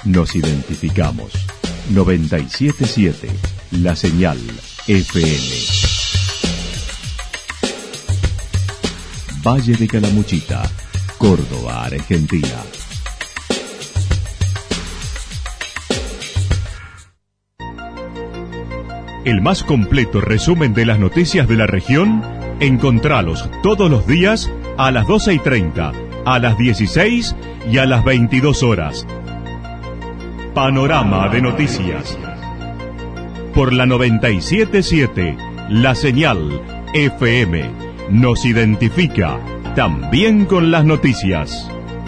Nos identificamos. 97.7, La Señal FM. Valle de Calamuchita, Córdoba, Argentina. El más completo resumen de las noticias de la región, encontralos todos los días a las 12:30, a las 16 y a las 22 horas. Panorama de Noticias. Por la 97.7, La Señal FM. Nos identifica también con las noticias.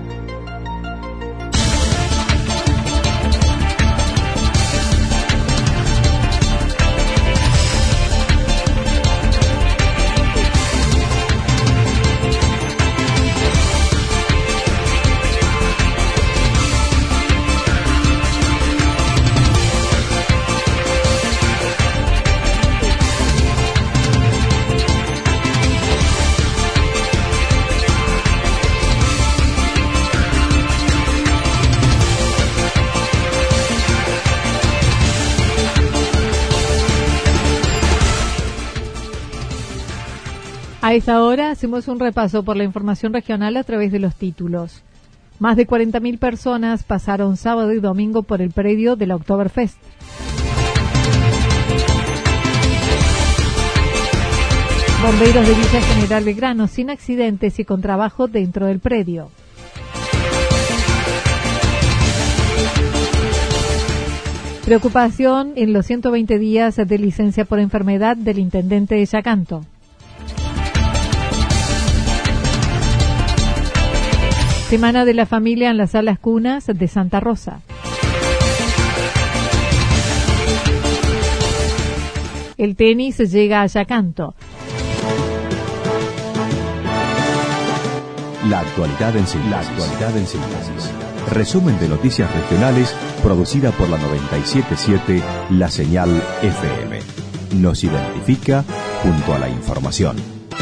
A esta hora hacemos un repaso por la información regional a través de los títulos. Más de 40.000 personas pasaron sábado y domingo por el predio de la Oktoberfest. Bomberos de Villa General Belgrano sin accidentes y con trabajo dentro del predio. Preocupación en los 120 días de licencia por enfermedad del intendente de Yacanto. Semana de la Familia en las Salas Cunas de Santa Rosa. El tenis llega a Yacanto. La actualidad en síntesis. Resumen de noticias regionales producida por la 97.7 La Señal FM. Nos identifica junto a la información.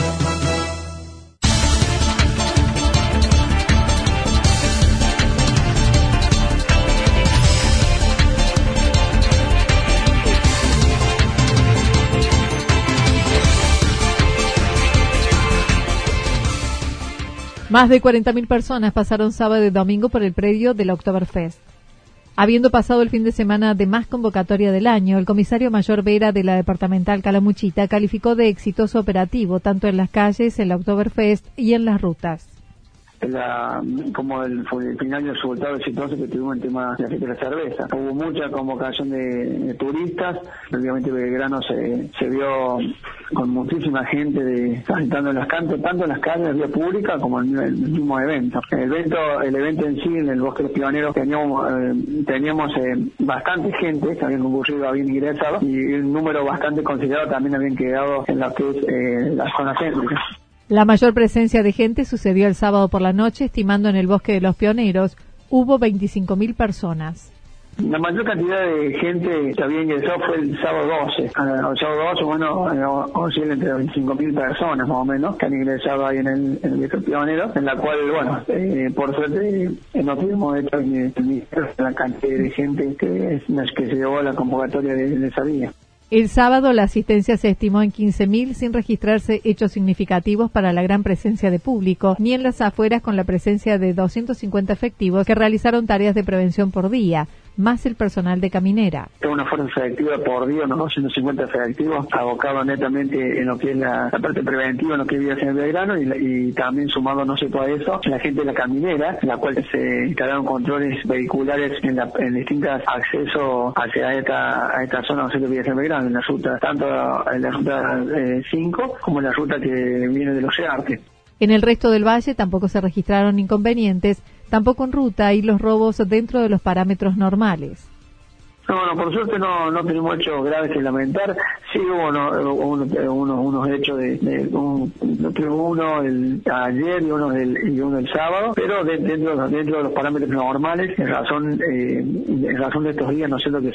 Más de 40.000 personas pasaron sábado y domingo por el predio de la Oktoberfest. Habiendo pasado el fin de semana de más convocatoria del año, el comisario mayor Vera de la departamental Calamuchita calificó de exitoso operativo tanto en las calles, en la Oktoberfest y en las rutas. Como el final del resultado exitoso que tuvimos en tema de la fiesta de la cerveza. Hubo mucha convocación de turistas, obviamente Belgrano se vio con muchísima gente transitando en las cantos, tanto en las calles, en la vía pública, como en el mismo evento. El evento en sí, en el Bosque de los Pioneros, teníamos bastante gente que habían concurrido, habían ingresado, y un número bastante considerado también habían quedado en lo que es la zona céntrica. La mayor presencia de gente sucedió el sábado por la noche, estimando en el Bosque de los Pioneros hubo 25.000 personas. La mayor cantidad de gente que había ingresado fue el sábado 12. El sábado 12, oscila entre 25.000 personas más o menos que han ingresado ahí en el Bosque Pionero, en la cual, por suerte no tuvimos hecho la cantidad de gente que se llevó a la convocatoria de esa día. El sábado la asistencia se estimó en 15.000 sin registrarse hechos significativos para la gran presencia de público, ni en las afueras con la presencia de 250 efectivos que realizaron tareas de prevención por día, más el personal de caminera. Una fuerza efectiva por día, unos 250 efectivos, abocados netamente en lo que es la parte preventiva, en lo que es Villa General Belgrano, y también sumado no sé todo eso, la gente de la caminera, en la cual se instalaron controles vehiculares en distintos accesos hacia esta zona de Villa General Belgrano, en la ruta, tanto en la ruta 5 como en la ruta que viene de los Arte. En el resto del valle tampoco se registraron inconvenientes, tampoco en ruta y los robos dentro de los parámetros normales. No, por suerte no tenemos hechos graves que lamentar. Sí hubo unos hechos uno ayer y uno el sábado, pero dentro de los parámetros normales, en razón de estos días, no sé lo que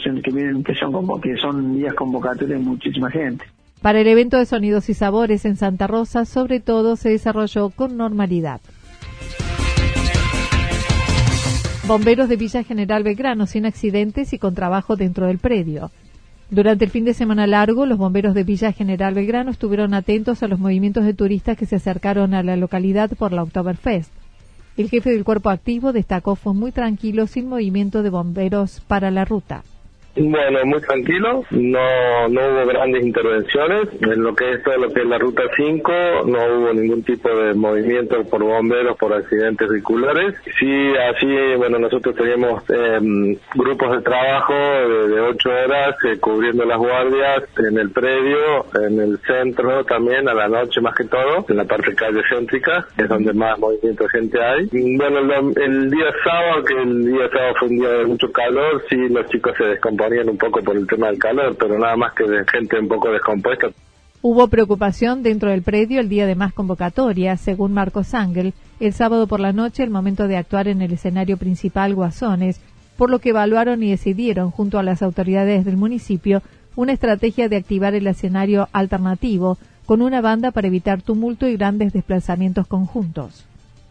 son días convocatorios de muchísima gente. Para el evento de Sonidos y Sabores en Santa Rosa, sobre todo, se desarrolló con normalidad. Bomberos de Villa General Belgrano sin accidentes y con trabajo dentro del predio. Durante el fin de semana largo, los bomberos de Villa General Belgrano estuvieron atentos a los movimientos de turistas que se acercaron a la localidad por la Oktoberfest. El jefe del cuerpo activo destacó fue muy tranquilo, sin movimiento de bomberos para la ruta. Bueno, muy tranquilo, no hubo grandes intervenciones, en lo que es todo lo que es la ruta 5, no hubo ningún tipo de movimiento por bomberos, por accidentes vehiculares. Sí, así, bueno, nosotros teníamos grupos de trabajo de 8 horas cubriendo las guardias en el predio, en el centro también, a la noche más que todo, en la parte calle céntrica, que es donde más movimiento de gente hay. Y bueno, el día sábado, que el día sábado fue un día de mucho calor, sí, los chicos se descomponían un poco por el tema del calor, pero nada más que de gente un poco descompuesta. Hubo preocupación dentro del predio el día de más convocatoria, según Marcos Ángel, el sábado por la noche, el momento de actuar en el escenario principal Guasones, por lo que evaluaron y decidieron, junto a las autoridades del municipio, una estrategia de activar el escenario alternativo, con una banda para evitar tumulto y grandes desplazamientos conjuntos.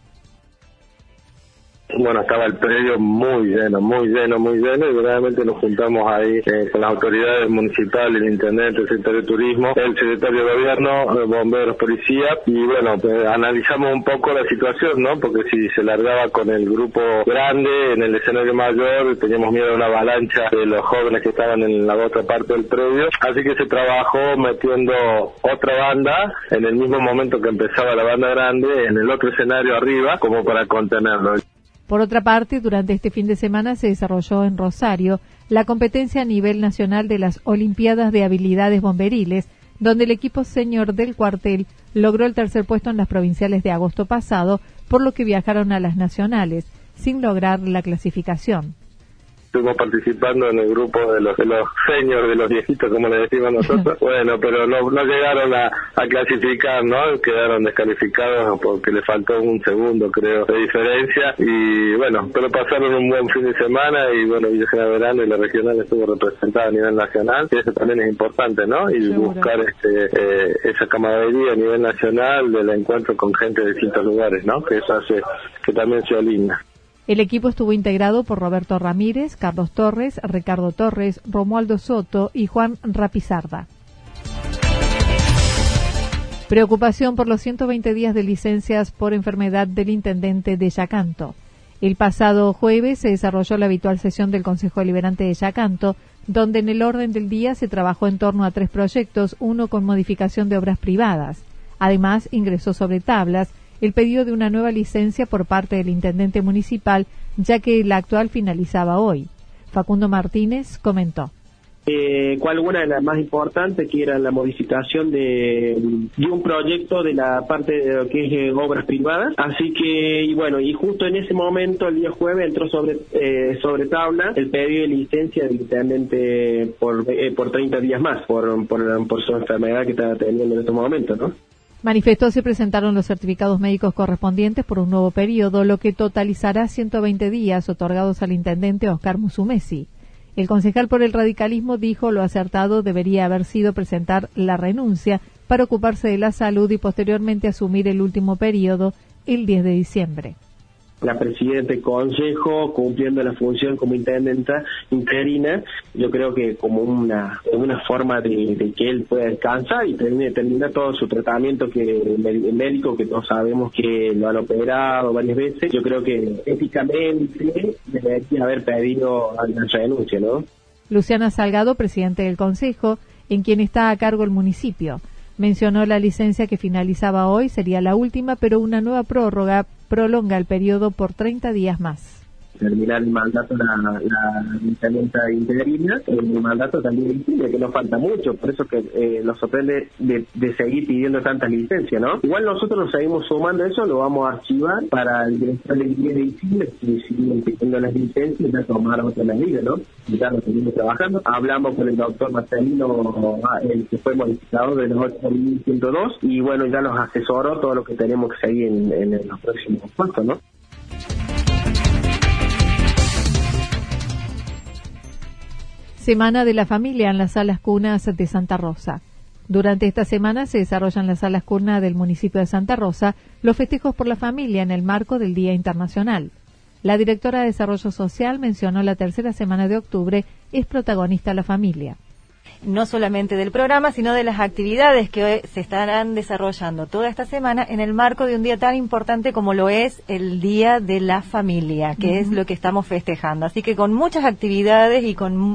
Bueno, estaba el predio muy lleno, y realmente nos juntamos ahí con las autoridades municipales, el intendente, el secretario de turismo, el secretario de gobierno, bomberos, policía, y bueno, analizamos un poco la situación, ¿no? Porque si se largaba con el grupo grande en el escenario mayor, teníamos miedo a una avalancha de los jóvenes que estaban en la otra parte del predio, así que se trabajó metiendo otra banda en el mismo momento que empezaba la banda grande, en el otro escenario arriba, como para contenerlo. Por otra parte, durante este fin de semana se desarrolló en Rosario la competencia a nivel nacional de las Olimpiadas de Habilidades Bomberiles, donde el equipo senior del cuartel logró el tercer puesto en las provinciales de agosto pasado, por lo que viajaron a las nacionales, sin lograr la clasificación. Estuvimos participando en el grupo de los seniors, de los viejitos, como le decimos nosotros. Bueno, pero no llegaron a clasificar, ¿no? Quedaron descalificados porque le faltó un segundo, creo, de diferencia. Y bueno, pero pasaron un buen fin de semana y bueno, Villa General Belgrano y la regional estuvo representada a nivel nacional. Y eso también es importante, ¿no? Y seguro. Buscar esa camaradería a nivel nacional del encuentro con gente de distintos lugares, ¿no? Que eso hace que también sea linda. El equipo estuvo integrado por Roberto Ramírez, Carlos Torres, Ricardo Torres, Romualdo Soto y Juan Rapizarda. Preocupación por los 120 días de licencias por enfermedad del intendente de Yacanto. El pasado jueves se desarrolló la habitual sesión del Consejo Deliberante de Yacanto, donde en el orden del día se trabajó en torno a 3 proyectos, uno con modificación de obras privadas. Además, ingresó sobre tablas el pedido de una nueva licencia por parte del intendente municipal, ya que la actual finalizaba hoy. Facundo Martínez comentó. ¿Cuál una de las más importantes, que era la modificación de un proyecto de la parte de lo que es obras privadas? Así que, y bueno, y justo en ese momento, el día jueves, entró sobre tabla el pedido de licencia del intendente por 30 días más, por su enfermedad que está teniendo en estos momentos, ¿no? Manifestó se presentaron los certificados médicos correspondientes por un nuevo periodo, lo que totalizará 120 días otorgados al intendente Oscar Musumeci. El concejal por el radicalismo dijo lo acertado debería haber sido presentar la renuncia para ocuparse de la salud y posteriormente asumir el último periodo el 10 de diciembre. La presidenta del consejo cumpliendo la función como intendenta interina, yo creo que como una forma de que él pueda descansar y terminar todo su tratamiento médico, que todos sabemos que lo han operado varias veces. Yo creo que éticamente debería haber pedido la renuncia, ¿no? Luciana Salgado, presidente del consejo, en quien está a cargo el municipio, mencionó la licencia que finalizaba hoy sería la última, pero una nueva prórroga prolonga el periodo por 30 días más. Terminar el mandato la intendenta interina, el mandato también impide, que no falta mucho, por eso que nos sorprende de seguir pidiendo tantas licencias, ¿no? Igual nosotros nos seguimos sumando eso, lo vamos a archivar para el 10 de diciembre, si siguen pidiendo las licencias, ya tomar otra medida, ¿no? Y ya lo seguimos trabajando. Hablamos con el doctor Marcelino, el que fue modificador de los 8.102, y bueno, ya nos asesoró todo lo que tenemos que seguir en los próximos puestos, ¿no? Semana de la Familia en las Salas Cunas de Santa Rosa. Durante esta semana se desarrollan las Salas Cunas del municipio de Santa Rosa los festejos por la familia en el marco del Día Internacional. La directora de Desarrollo Social mencionó la tercera semana de octubre es protagonista la familia. No solamente del programa, sino de las actividades que hoy se estarán desarrollando toda esta semana en el marco de un día tan importante como lo es el Día de la Familia, que es lo que estamos festejando. Así que con muchas actividades y con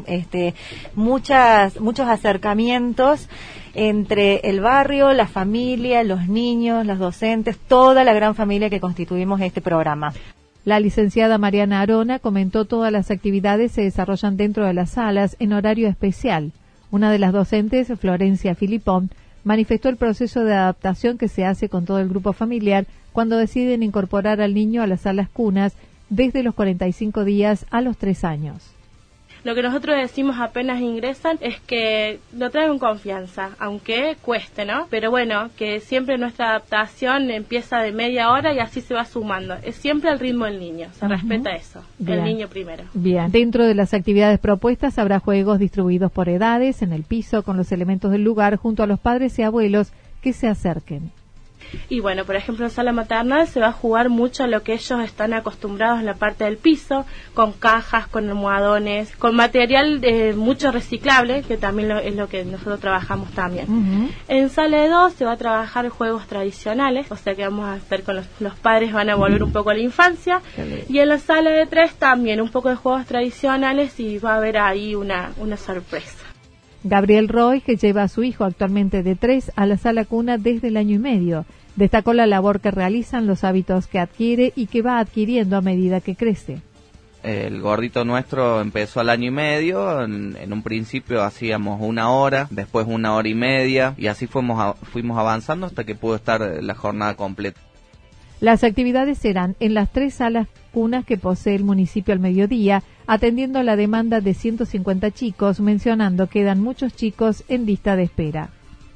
muchos acercamientos entre el barrio, la familia, los niños, los docentes, toda la gran familia que constituimos este programa. La licenciada Mariana Arona comentó todas las actividades se desarrollan dentro de las salas en horario especial. Una de las docentes, Florencia Filipón, manifestó el proceso de adaptación que se hace con todo el grupo familiar cuando deciden incorporar al niño a las salas cunas desde los 45 días a los 3 años. Lo que nosotros decimos apenas ingresan es que lo traen con confianza, aunque cueste, ¿no? Pero bueno, que siempre nuestra adaptación empieza de media hora y así se va sumando. Es siempre al ritmo del niño, se respeta eso, el niño primero. Bien, dentro de las actividades propuestas habrá juegos distribuidos por edades en el piso con los elementos del lugar junto a los padres y abuelos que se acerquen. Y bueno, por ejemplo, en sala maternal se va a jugar mucho a lo que ellos están acostumbrados en la parte del piso, con cajas, con almohadones, con material mucho reciclable, que también es lo que nosotros trabajamos también. En sala de 2 se va a trabajar juegos tradicionales, o sea que vamos a hacer con los padres, van a volver un poco a la infancia, y en la sala de 3 también un poco de juegos tradicionales y va a haber ahí una sorpresa. Gabriel Roy, que lleva a su hijo actualmente de 3 a la sala cuna desde el año y medio, destacó la labor que realizan, los hábitos que adquiere y que va adquiriendo a medida que crece. El gordito nuestro empezó al año y medio, en un principio hacíamos 1 hora, después 1 hora y media, y así fuimos avanzando hasta que pudo estar la jornada completa. Las actividades serán en las 3 salas cunas que posee el municipio al mediodía, atendiendo a la demanda de 150 chicos, mencionando que quedan muchos chicos en lista de espera.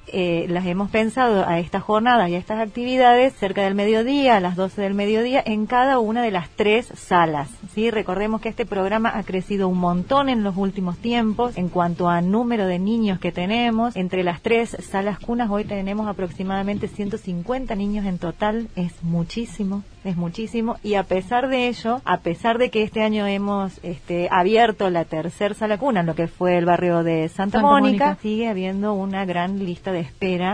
Las hemos pensado a estas jornadas y a estas actividades cerca del mediodía, a las 12 del mediodía, en cada una de las 3 salas. ¿Sí? Recordemos que este programa ha crecido un montón en los últimos tiempos en cuanto a número de niños que tenemos. Entre las 3 salas cunas hoy tenemos aproximadamente 150 niños en total. Es muchísimo. Y a pesar de ello, a pesar de que este año hemos abierto la 3ª sala cuna en lo que fue el barrio de Santa Mónica, sigue habiendo una gran lista de espera.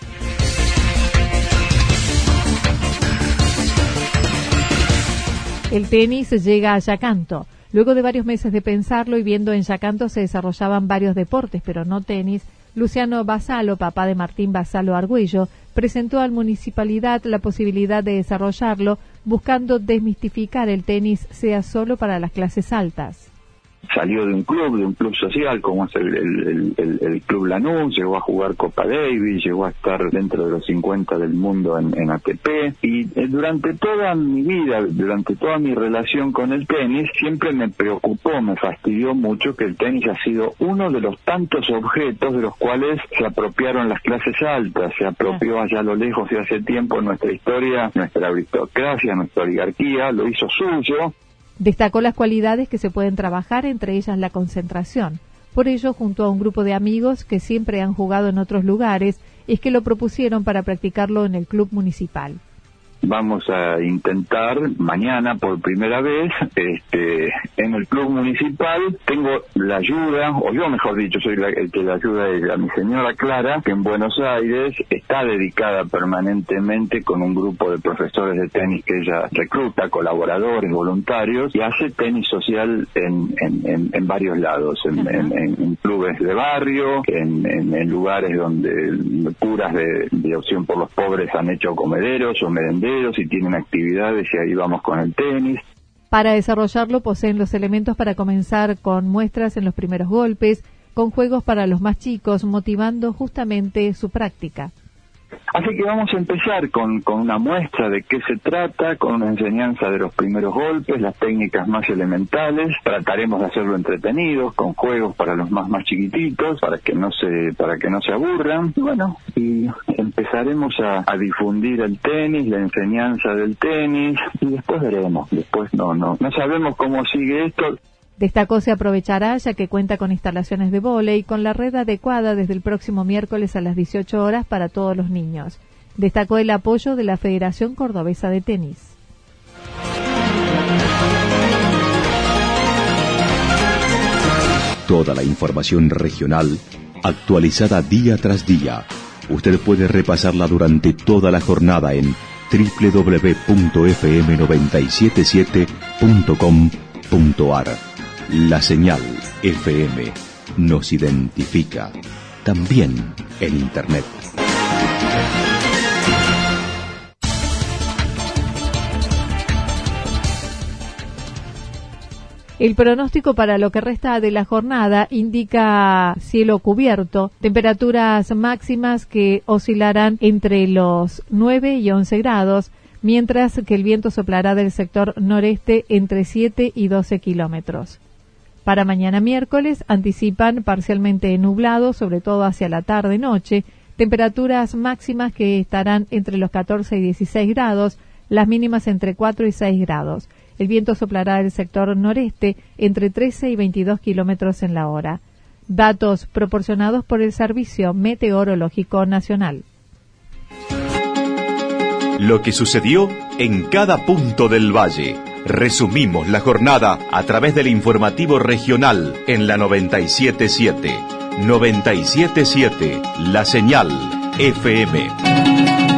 El tenis llega a Yacanto. Luego de varios meses de pensarlo y viendo en Yacanto se desarrollaban varios deportes, pero no tenis, Luciano Basalo, papá de Martín Basalo Argüello, presentó a la municipalidad la posibilidad de desarrollarlo, buscando desmistificar el tenis sea solo para las clases altas. Salió de un club social como es el Club Lanús, llegó a jugar Copa Davis, llegó a estar dentro de los 50 del mundo en ATP, y durante toda mi vida, durante toda mi relación con el tenis, siempre me preocupó, me fastidió mucho que el tenis ha sido uno de los tantos objetos de los cuales se apropiaron las clases altas, se apropió allá a lo lejos de hace tiempo nuestra historia, nuestra aristocracia, nuestra oligarquía, lo hizo suyo. Destacó las cualidades que se pueden trabajar, entre ellas la concentración. Por ello, junto a un grupo de amigos que siempre han jugado en otros lugares, es que lo propusieron para practicarlo en el club municipal. Vamos a intentar mañana por primera vez en el club municipal. Tengo la ayuda, o yo mejor dicho, soy el que la ayuda a mi señora Clara, que en Buenos Aires está dedicada permanentemente con un grupo de profesores de tenis que ella recluta, colaboradores, voluntarios, y hace tenis social en varios lados, en clubes de barrio, en lugares donde curas de opción por los pobres han hecho comederos o merenderos y tienen actividades, y ahí vamos con el tenis. Para desarrollarlo poseen los elementos para comenzar con muestras en los primeros golpes, con juegos para los más chicos, motivando justamente su práctica. Así que vamos a empezar con una muestra de qué se trata, con una enseñanza de los primeros golpes, las técnicas más elementales. Trataremos de hacerlo entretenidos, con juegos para los más chiquititos, para que no se aburran. Y bueno, y empezaremos a difundir el tenis, la enseñanza del tenis, y después veremos. Después no sabemos cómo sigue esto. Destacó se aprovechará, ya que cuenta con instalaciones de vóley, con la red adecuada desde el próximo miércoles a las 18 horas para todos los niños. Destacó el apoyo de la Federación Cordobesa de Tenis. Toda la información regional actualizada día tras día. Usted puede repasarla durante toda la jornada en www.fm977.com.ar. La señal FM nos identifica también en Internet. El pronóstico para lo que resta de la jornada indica cielo cubierto, temperaturas máximas que oscilarán entre los 9 y 11 grados, mientras que el viento soplará del sector noreste entre 7 y 12 kilómetros. Para mañana miércoles anticipan parcialmente nublado, sobre todo hacia la tarde-noche, temperaturas máximas que estarán entre los 14 y 16 grados, las mínimas entre 4 y 6 grados. El viento soplará del sector noreste entre 13 y 22 kilómetros en la hora. Datos proporcionados por el Servicio Meteorológico Nacional. Lo que sucedió en cada punto del valle. Resumimos la jornada a través del informativo regional en la 97.7. 97.7, la señal FM.